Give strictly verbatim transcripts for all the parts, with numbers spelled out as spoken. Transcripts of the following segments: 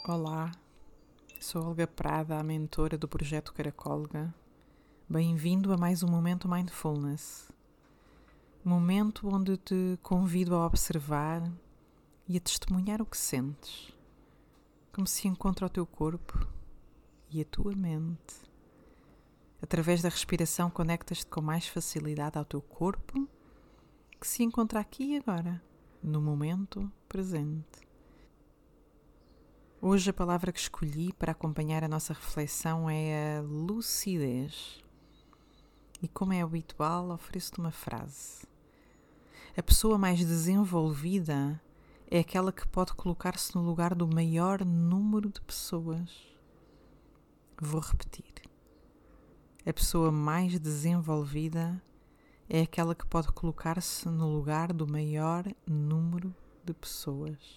Olá, sou Olga Prada, a mentora do Projeto Caracolga. Bem-vindo a mais um Momento Mindfulness. Um momento onde te convido a observar e a testemunhar o que sentes. Como se encontra o teu corpo e a tua mente. Através da respiração conectas-te com mais facilidade ao teu corpo, que se encontra aqui e agora, no momento presente. Hoje a palavra que escolhi para acompanhar a nossa reflexão é a lucidez. E como é habitual, ofereço-te uma frase. A pessoa mais desenvolvida é aquela que pode colocar-se no lugar do maior número de pessoas. Vou repetir. A pessoa mais desenvolvida é aquela que pode colocar-se no lugar do maior número de pessoas.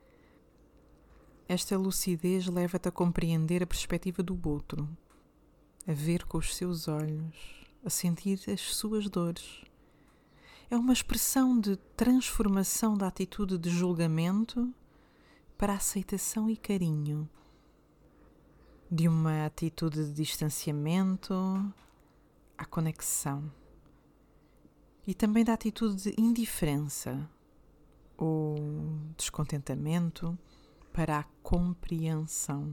Esta lucidez leva-te a compreender a perspectiva do outro, a ver com os seus olhos, a sentir as suas dores. É uma expressão de transformação da atitude de julgamento para aceitação e carinho, de uma atitude de distanciamento à conexão e também da atitude de indiferença ou descontentamento para a compreensão.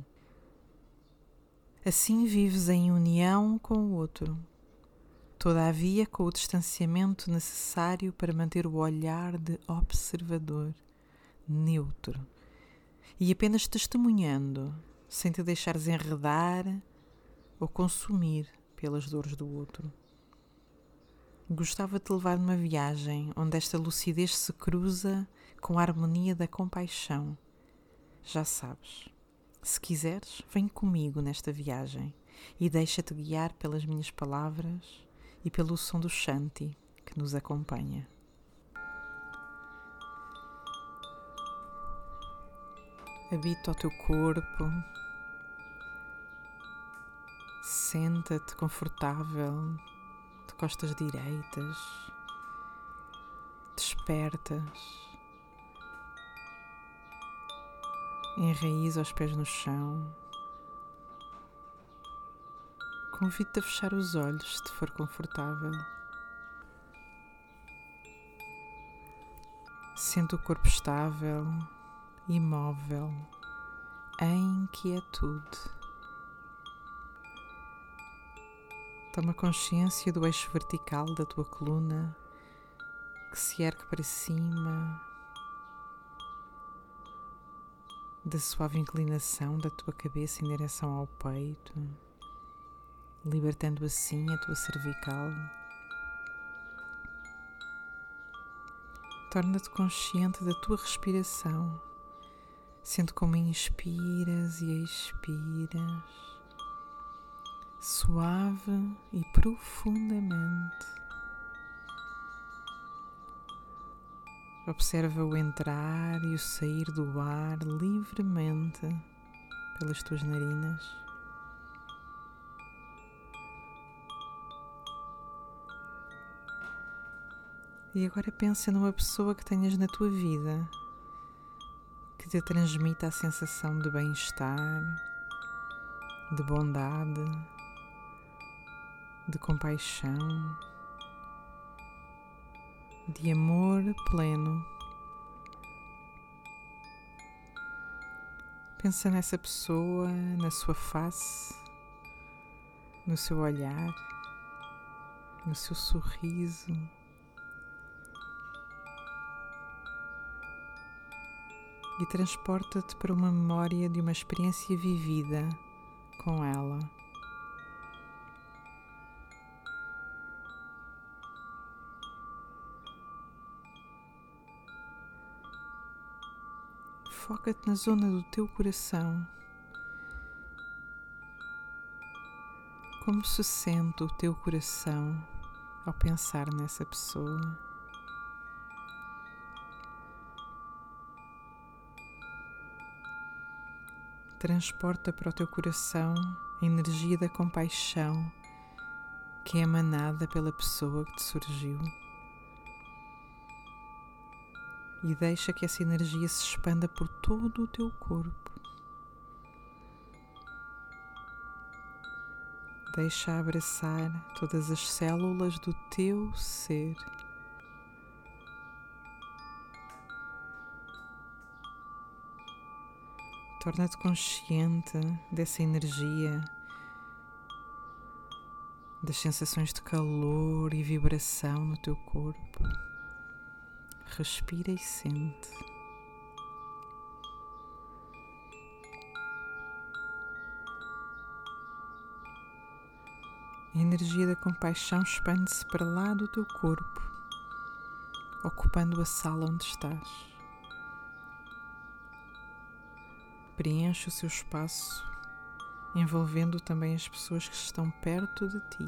Assim vives em união com o outro, todavia com o distanciamento necessário para manter o olhar de observador, neutro, e apenas testemunhando, sem te deixares enredar ou consumir pelas dores do outro. Gostava de te levar numa viagem onde esta lucidez se cruza com a harmonia da compaixão. Já sabes, se quiseres, vem comigo nesta viagem e deixa-te guiar pelas minhas palavras e pelo som do Shanti que nos acompanha. Habita o teu corpo, senta-te confortável, de costas direitas, despertas. Enraiza os pés no chão. Convido-te a fechar os olhos se te for confortável. Sente o corpo estável, imóvel, em quietude. Toma consciência do eixo vertical da tua coluna que se ergue para cima, da suave inclinação da tua cabeça em direção ao peito, libertando assim a tua cervical. Torna-te consciente da tua respiração. Sente como inspiras e expiras, suave e profundamente. Observa o entrar e o sair do ar livremente pelas tuas narinas. E agora pensa numa pessoa que tenhas na tua vida que te transmita a sensação de bem-estar, de bondade, de compaixão, de amor pleno. Pensa nessa pessoa, na sua face, no seu olhar, no seu sorriso. E transporta-te para uma memória de uma experiência vivida com ela. Foca-te na zona do teu coração. Como se sente o teu coração ao pensar nessa pessoa? Transporta para o teu coração a energia da compaixão que é emanada pela pessoa que te surgiu. E deixa que essa energia se expanda por todo o teu corpo. Deixa abraçar todas as células do teu ser. Torna-te consciente dessa energia, das sensações de calor e vibração no teu corpo. Respira e sente. A energia da compaixão expande-se para lá do teu corpo, ocupando a sala onde estás. Preenche o seu espaço, envolvendo também as pessoas que estão perto de ti.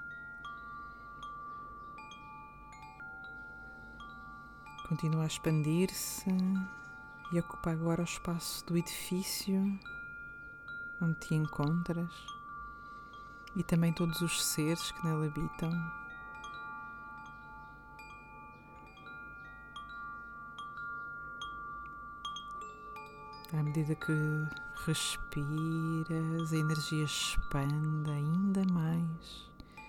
Continua a expandir-se e ocupa agora o espaço do edifício onde te encontras e também todos os seres que nele habitam. À medida que respiras, a energia expande ainda mais.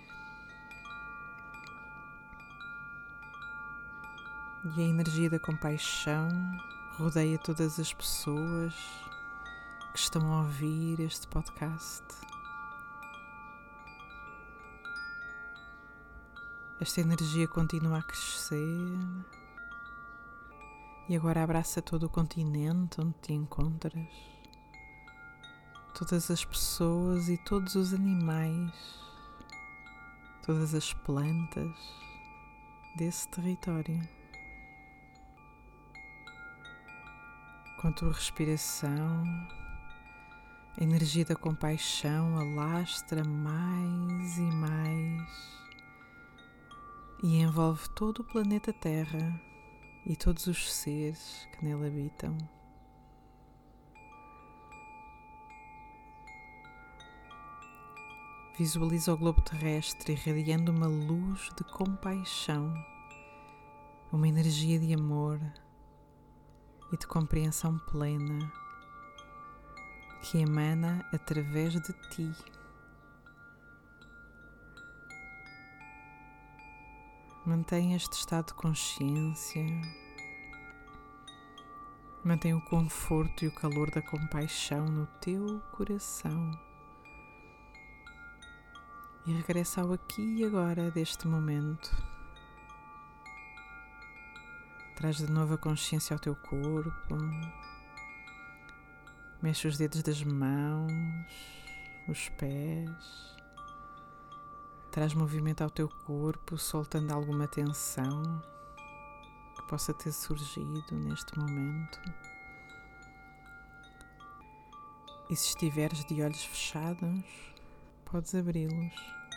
E a energia da compaixão rodeia todas as pessoas que estão a ouvir este podcast. Esta energia continua a crescer e agora abraça todo o continente onde te encontras, todas as pessoas e todos os animais, todas as plantas desse território. Com a tua respiração, a energia da compaixão alastra mais e mais e envolve todo o planeta Terra e todos os seres que nele habitam. Visualiza o globo terrestre irradiando uma luz de compaixão, uma energia de amor e de compreensão plena que emana através de ti. Mantém este estado de consciência, mantém o conforto e o calor da compaixão no teu coração e regressa ao aqui e agora deste momento. Traz de novo a consciência ao teu corpo, mexe os dedos das mãos, os pés. Traz movimento ao teu corpo, soltando alguma tensão que possa ter surgido neste momento. E se estiveres de olhos fechados, podes abri-los.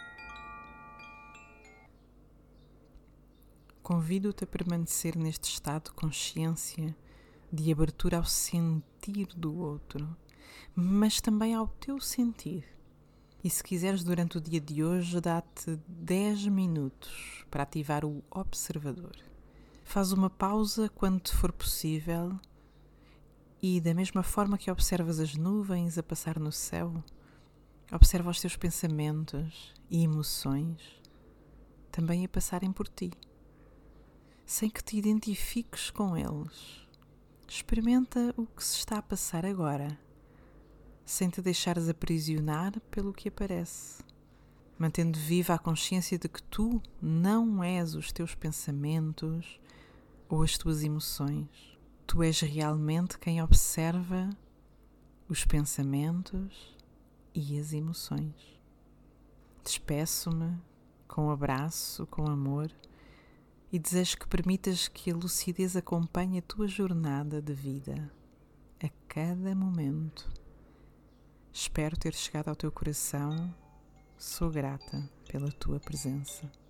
Convido-te a permanecer neste estado de consciência, de abertura ao sentir do outro, mas também ao teu sentir. E se quiseres, durante o dia de hoje, dá-te dez minutos para ativar o observador. Faz uma pausa quando te for possível e, da mesma forma que observas as nuvens a passar no céu, observa os teus pensamentos e emoções também a passarem por ti, sem que te identifiques com eles. Experimenta o que se está a passar agora, sem te deixares aprisionar pelo que aparece, mantendo viva a consciência de que tu não és os teus pensamentos ou as tuas emoções. Tu és realmente quem observa os pensamentos e as emoções. Despeço-me com um abraço, com amor, e desejo que permitas que a lucidez acompanhe a tua jornada de vida a cada momento. Espero ter chegado ao teu coração. Sou grata pela tua presença.